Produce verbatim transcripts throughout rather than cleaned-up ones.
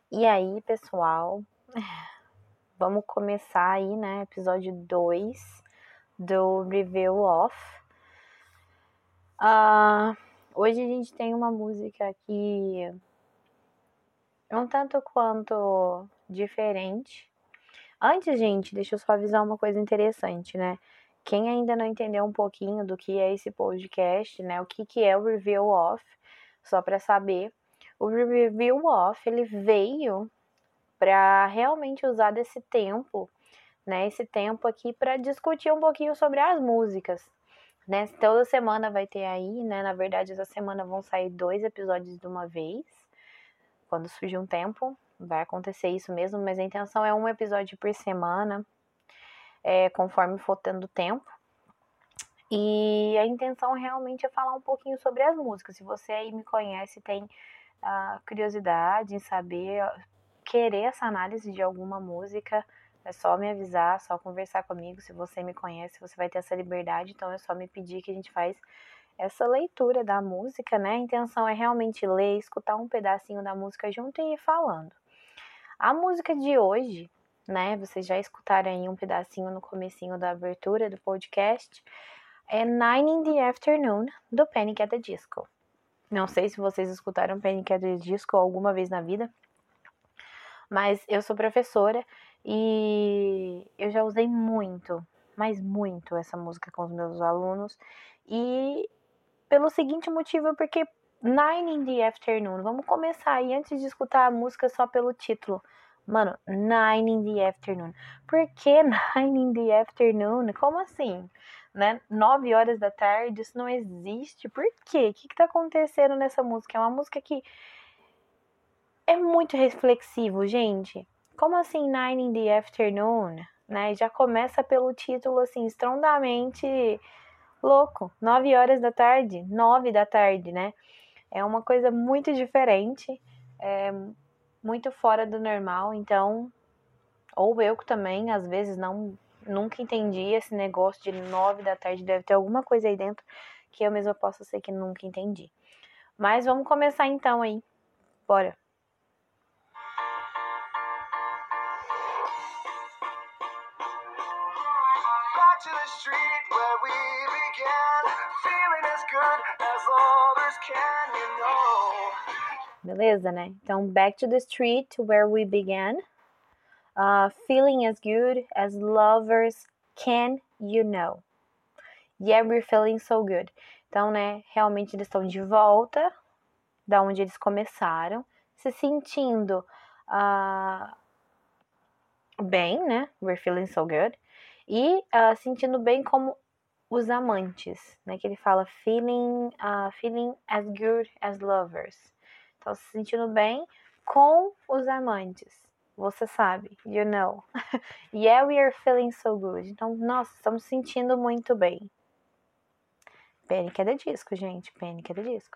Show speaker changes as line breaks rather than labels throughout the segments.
E aí, pessoal, vamos começar aí, né, episódio dois do Review Of. Uh, hoje a gente tem uma música que é um tanto quanto diferente. Antes, gente, deixa eu só avisar uma coisa interessante, né? Quem ainda não entendeu um pouquinho do que é esse podcast, né, o que, que é o Review Of, só para saber, o Review Of, ele veio para realmente usar desse tempo, né, esse tempo aqui para discutir um pouquinho sobre as músicas, né? Toda semana vai ter aí, né? Na verdade, essa semana vão sair dois episódios de uma vez. Quando surgir um tempo, vai acontecer isso mesmo, mas a intenção é um episódio por semana, é, conforme for tendo tempo. E a intenção realmente é falar um pouquinho sobre as músicas. Se você aí me conhece, tem uh, curiosidade em saber, querer essa análise de alguma música, é só me avisar, só conversar comigo. Se você me conhece, você vai ter essa liberdade, então é só me pedir que a gente faz essa leitura da música, né? A intenção é realmente ler, escutar um pedacinho da música junto e ir falando. A música de hoje, né? Vocês já escutaram aí um pedacinho no comecinho da abertura do podcast, é Nine in the Afternoon, do Panic! At the Disco. Não sei se vocês escutaram Panic! At the Disco alguma vez na vida, mas eu sou professora e eu já usei muito, mas muito essa música com os meus alunos. E pelo seguinte motivo, porque Nine in the Afternoon, vamos começar aí antes de escutar a música só pelo título. Mano, Nine in the Afternoon. Por que Nine in the Afternoon? Como assim? Né? Nove horas da tarde, isso não existe. Por quê? O que, que tá acontecendo nessa música? É uma música que é muito reflexivo, gente. Como assim Nine in the Afternoon? Né? Já começa pelo título assim, estrondamente louco. Nove horas da tarde, nove da tarde, né? É uma coisa muito diferente, é muito fora do normal, então, ou eu também, às vezes, não, nunca entendi esse negócio de nove da tarde, deve ter alguma coisa aí dentro que eu mesma posso ser que nunca entendi. Mas vamos começar então aí, bora! To the street where we began, feeling as good as lovers can, you know. Beleza, né? Então, back to the street where we began, uh, feeling as good as lovers can, you know. Yeah, we're feeling so good. Então, né? Realmente eles estão de volta da onde eles começaram, se sentindo uh, bem, né? We're feeling so good. E uh, sentindo bem como os amantes, né? Que ele fala feeling, uh, feeling as good as lovers. Então, se sentindo bem com os amantes. Você sabe, you know. Yeah, we are feeling so good. Então, nossa, estamos sentindo muito bem. Panic! At the Disco, gente. Panic! At the Disco.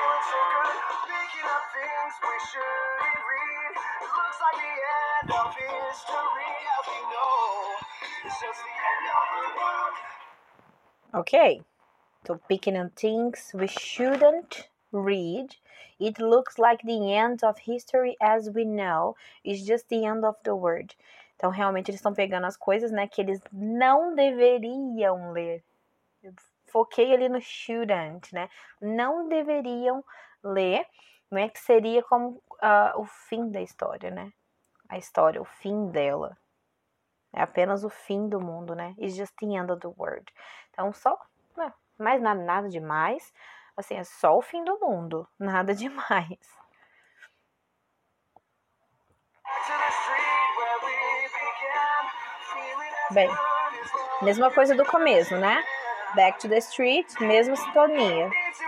Ok, so picking on things we shouldn't read. It looks like the end of history as we know. It's just the end of the world. Então, realmente, eles estão pegando as coisas, né, que eles não deveriam ler. Eu foquei ali no shouldn't, né? Não deveriam ler, né, que seria como uh, o fim da história, né? A história, o fim dela. É apenas o fim do mundo, né? It's just the end of the world. Então, só, né, mais nada, nada demais. Assim, é só o fim do mundo. Nada demais. Bem, mesma coisa do começo, né? Back to the street, mesma sintonia.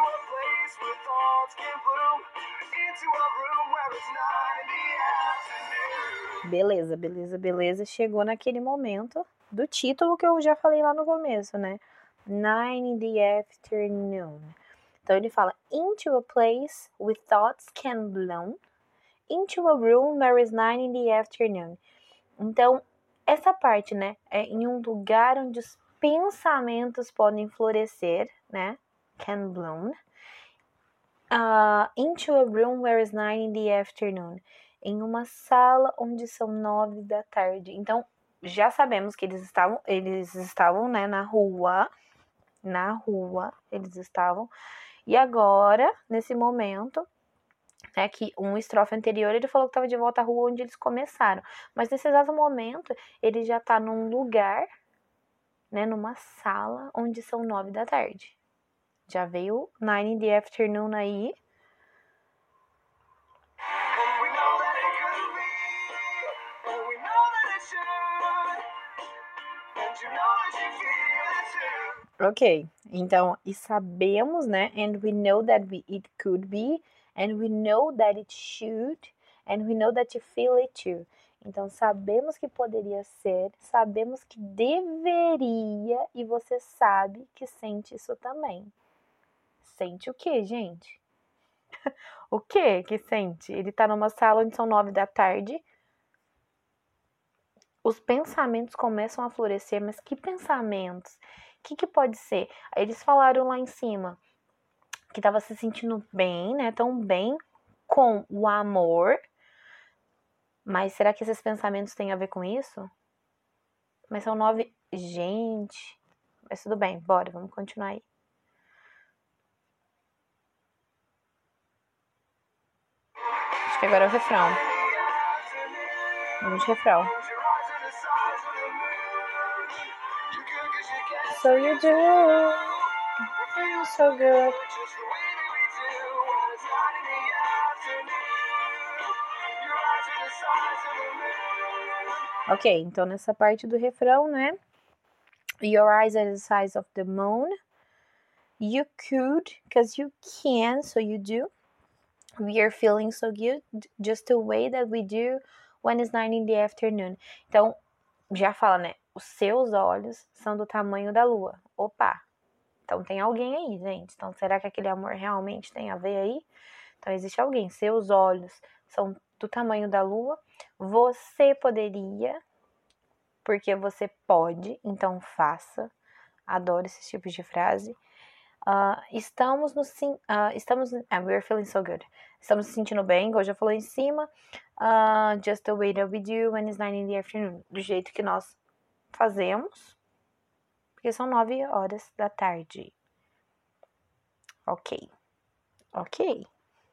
Beleza, beleza, beleza. Chegou naquele momento do título que eu já falei lá no começo, né? Nine in the afternoon. Então ele fala, into a place with thoughts can bloom, into a room where is nine in the afternoon. Então, essa parte, né, é em um lugar onde os pensamentos podem florescer, né, can bloom, uh, into a room where is nine in the afternoon. em uma sala onde são nove da tarde. Então, já sabemos que eles estavam, eles estavam, né, na rua, na rua, eles estavam. E agora, nesse momento, né, que um estrofe anterior, ele falou que estava de volta à rua onde eles começaram. Mas nesse exato momento, ele já tá num lugar, né, numa sala onde são nove da tarde. Já veio nine in the afternoon aí. Ok, então, e sabemos, né, and we know that we, it could be, and we know that it should, and we know that you feel it too. Então, sabemos que poderia ser, sabemos que deveria, e você sabe que sente isso também. Sente o que, gente? O que que sente? Ele tá numa sala onde são nove da tarde, os pensamentos começam a florescer, mas que pensamentos? O que, que pode ser? Aí eles falaram lá em cima que estava se sentindo bem, né? Tão bem com o amor. Mas será que esses pensamentos têm a ver com isso? Mas são nove... Gente... Mas tudo bem, bora, vamos continuar aí. Acho que agora é o refrão. Vamos de refrão. So you do, you're so good. Ok, então nessa parte do refrão, né? Your eyes are the size of the moon. You could, because you can, so you do. We are feeling so good, just the way that we do when it's nine in the afternoon. Então, já fala, né? Os seus olhos são do tamanho da lua. Opa! Então tem alguém aí, gente. Então será que aquele amor realmente tem a ver aí? Então existe alguém. Seus olhos são do tamanho da lua. Você poderia, porque você pode, então faça. Adoro esses tipos de frase. Uh, estamos no sim, uh, estamos, uh, we're feeling so good. Estamos se sentindo bem, igual já falou em cima. Uh, just the way that we do when it's nine in the afternoon. Do jeito que nós fazemos, porque são nove horas da tarde. Ok. Ok.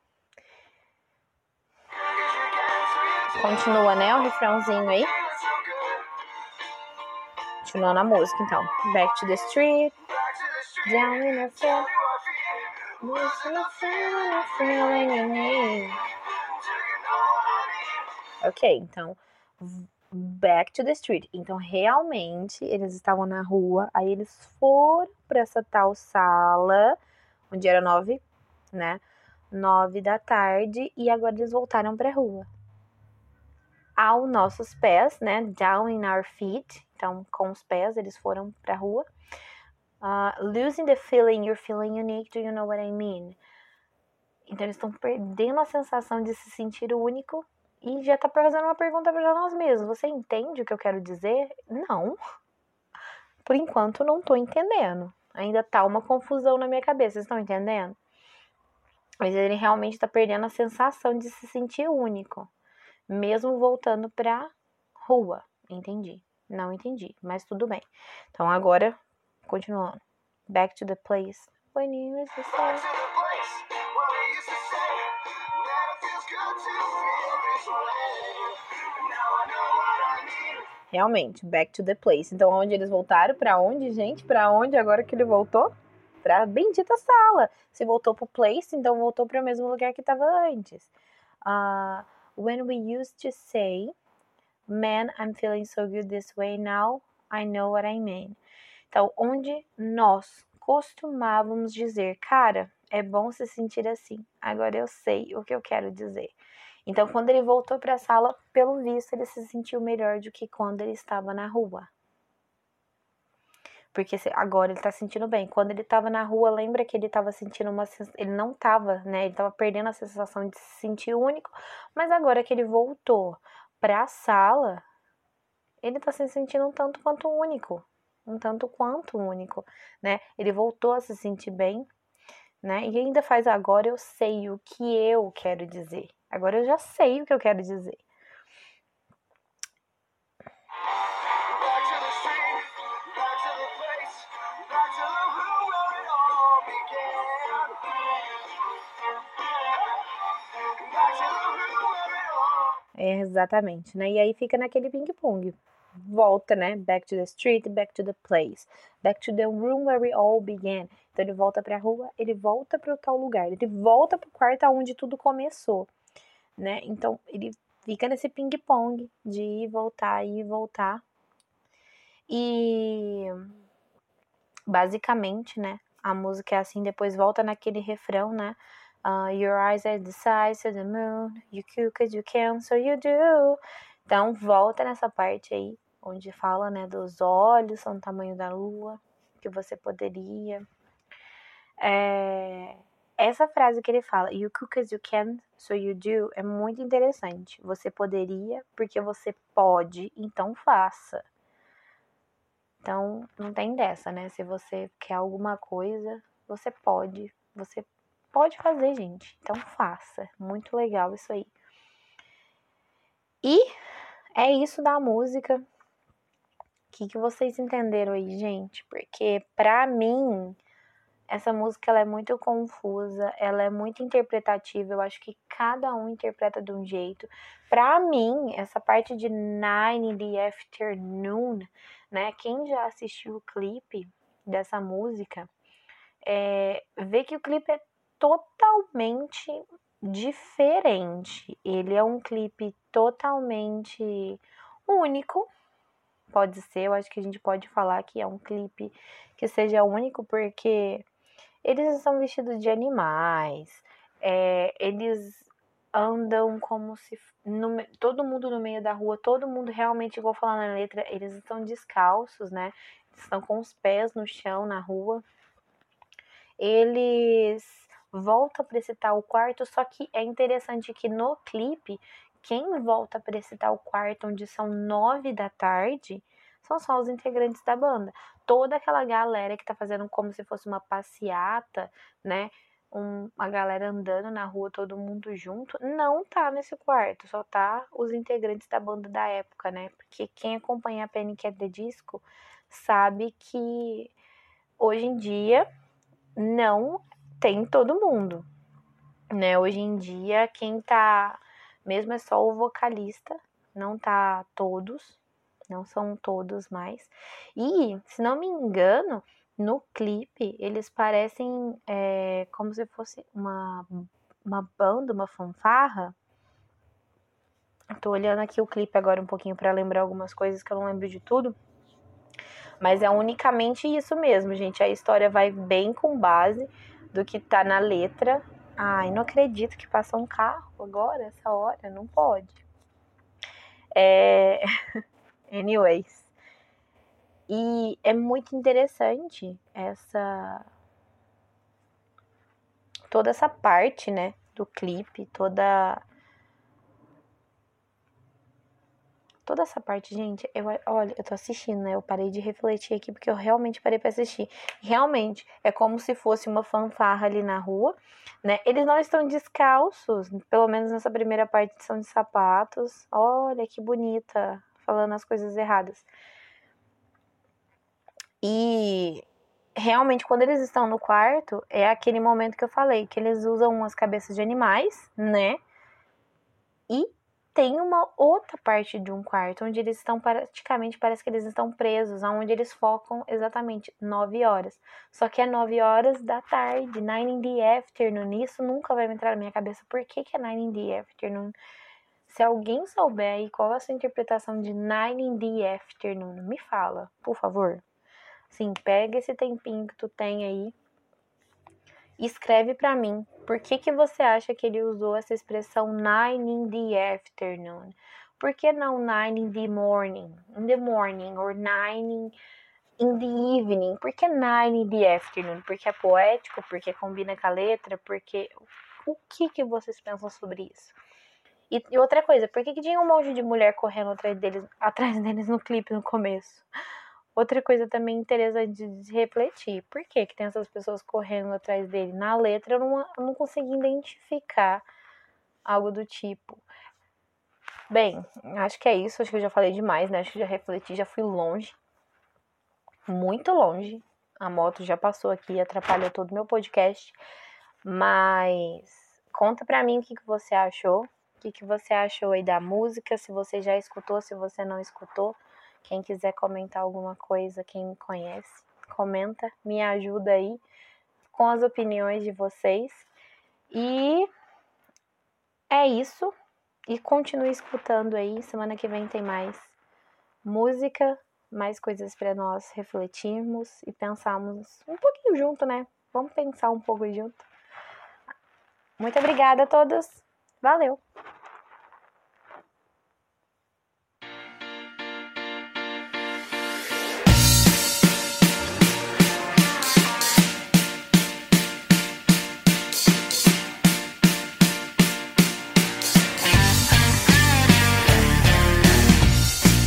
Continua, né? O refrãozinho aí. Continuando a música, então. Back to the street. Down in the field. Ok, então. Back to the street. Então, realmente, eles estavam na rua. Aí, eles foram pra essa tal sala, onde era nove, né? Nove da tarde. E agora eles voltaram pra rua. Aos nossos pés, né? Down in our feet. Então, com os pés, eles foram pra rua. Uh, losing the feeling, you're feeling unique, do you know what I mean? Então, eles estão perdendo a sensação de se sentir único e já tá fazendo uma pergunta para nós mesmos. Você entende o que eu quero dizer? Não. Por enquanto, não tô entendendo. Ainda tá uma confusão na minha cabeça, vocês estão entendendo? Mas ele realmente tá perdendo a sensação de se sentir único, mesmo voltando pra rua. Entendi. Não entendi, mas tudo bem. Então, agora... Continuando. Back to the place when you used to say. Realmente, back to the place. Então, onde eles voltaram? Pra onde, gente? Pra onde agora que ele voltou? Pra bendita sala. Se voltou pro place, então voltou pro mesmo lugar que tava antes. Uh, when we used to say, man, I'm feeling so good this way now, I know what I mean. Então, onde nós costumávamos dizer, cara, é bom se sentir assim, agora eu sei o que eu quero dizer. Então, quando ele voltou para a sala, pelo visto, ele se sentiu melhor do que quando ele estava na rua. Porque agora ele tá sentindo bem. Quando ele estava na rua, lembra que ele estava sentindo uma... Ele não estava, né? Ele estava perdendo a sensação de se sentir único. Mas agora que ele voltou para a sala, ele tá se sentindo um tanto quanto único. Um tanto quanto único, né? Ele voltou a se sentir bem, né? E ainda faz agora eu sei o que eu quero dizer. Agora eu já sei o que eu quero dizer. É, exatamente, né? E aí fica naquele ping-pong. Volta, né? Back to the street, back to the place. Back to the room where we all began. Então ele volta pra rua, ele volta pro tal lugar. Ele volta pro quarto onde tudo começou, né? Então ele fica nesse ping-pong de ir, voltar, ir, voltar. E basicamente, né? A música é assim, depois volta naquele refrão, né? Uh, your eyes are the size of the moon. You cook cause you can, so you do. Então, volta nessa parte aí, onde fala, né, dos olhos são o tamanho da lua, que você poderia. É... Essa frase que ele fala, you cook as you can, so you do, é muito interessante. Você poderia, porque você pode, então faça. Então, não tem dessa, né? Se você quer alguma coisa, você pode. Você pode fazer, gente. Então, faça. Muito legal isso aí. E é isso da música. O que, que vocês entenderam aí, gente? Porque, pra mim, essa música ela é muito confusa, ela é muito interpretativa. Eu acho que cada um interpreta de um jeito. Pra mim, essa parte de Nine in the Afternoon, né? Quem já assistiu o clipe dessa música, é, vê que o clipe é totalmente diferente. Ele é um clipe totalmente único. Pode ser, eu acho que a gente pode falar que é um clipe que seja único, porque eles estão vestidos de animais, é, eles andam como se no, todo mundo no meio da rua, todo mundo realmente, igual falar na letra, eles estão descalços, né? Eles estão com os pés no chão na rua. Eles voltam para esse tal quarto, só que é interessante que no clipe, quem volta para esse tal quarto onde são nove da tarde são só os integrantes da banda. Toda aquela galera que tá fazendo como se fosse uma passeata, né? Um, uma galera andando na rua, todo mundo junto, não tá nesse quarto, só tá os integrantes da banda da época, né? Porque quem acompanha a Panic! At the Disco sabe que hoje em dia não tem todo mundo, né? Hoje em dia, quem tá mesmo é só o vocalista, não tá todos, não são todos mais. E, se não me engano, no clipe, eles parecem é, como se fosse uma, uma banda, uma fanfarra. Tô olhando aqui o clipe agora um pouquinho para lembrar algumas coisas que eu não lembro de tudo. Mas é unicamente isso mesmo, gente. A história vai bem com base do que tá na letra. Ai, não acredito que passou um carro agora, essa hora. Não pode. É... Anyways. E é muito interessante essa... toda essa parte, né, do clipe, toda... Toda essa parte, gente, eu, olha, eu tô assistindo, né? Eu parei de refletir aqui porque eu realmente parei pra assistir. Realmente, é como se fosse uma fanfarra ali na rua, né? Eles não estão descalços, pelo menos nessa primeira parte são de sapatos. Olha que bonita, falando as coisas erradas. E realmente, quando eles estão no quarto, é aquele momento que eu falei, que eles usam umas cabeças de animais, né? E tem uma outra parte de um quarto onde eles estão praticamente, parece que eles estão presos, onde eles focam exatamente nove horas. Só que é nove horas da tarde, nine in the afternoon. Isso nunca vai entrar na minha cabeça. Por que, que é nine in the afternoon? Se alguém souber aí qual é a sua interpretação de nine in the afternoon, me fala, por favor. Sim, pega esse tempinho que tu tem aí e escreve pra mim. Por que, que você acha que ele usou essa expressão nine in the afternoon? Por que não nine in the morning? In the morning or nine in the evening? Por que nine in the afternoon? Porque é poético? Porque combina com a letra? Porque... O que, que vocês pensam sobre isso? E, e outra coisa, por que, que tinha um monte de mulher correndo atrás deles, atrás deles no clipe no começo? Outra coisa também interessante de se refletir, por que que tem essas pessoas correndo atrás dele? Na letra eu não, eu não consegui identificar algo do tipo. Bem, acho que é isso, acho que eu já falei demais, né? Acho que já refleti, já fui longe, muito longe. A moto já passou aqui, atrapalhou todo o meu podcast, mas conta pra mim o que, que você achou, o que, que você achou aí da música, se você já escutou, se você não escutou. Quem quiser comentar alguma coisa, quem me conhece, comenta, me ajuda aí com as opiniões de vocês. E é isso. E continue escutando aí. Semana que vem tem mais música, mais coisas para nós refletirmos e pensarmos um pouquinho junto, né? Vamos pensar um pouco junto. Muito obrigada a todos. Valeu!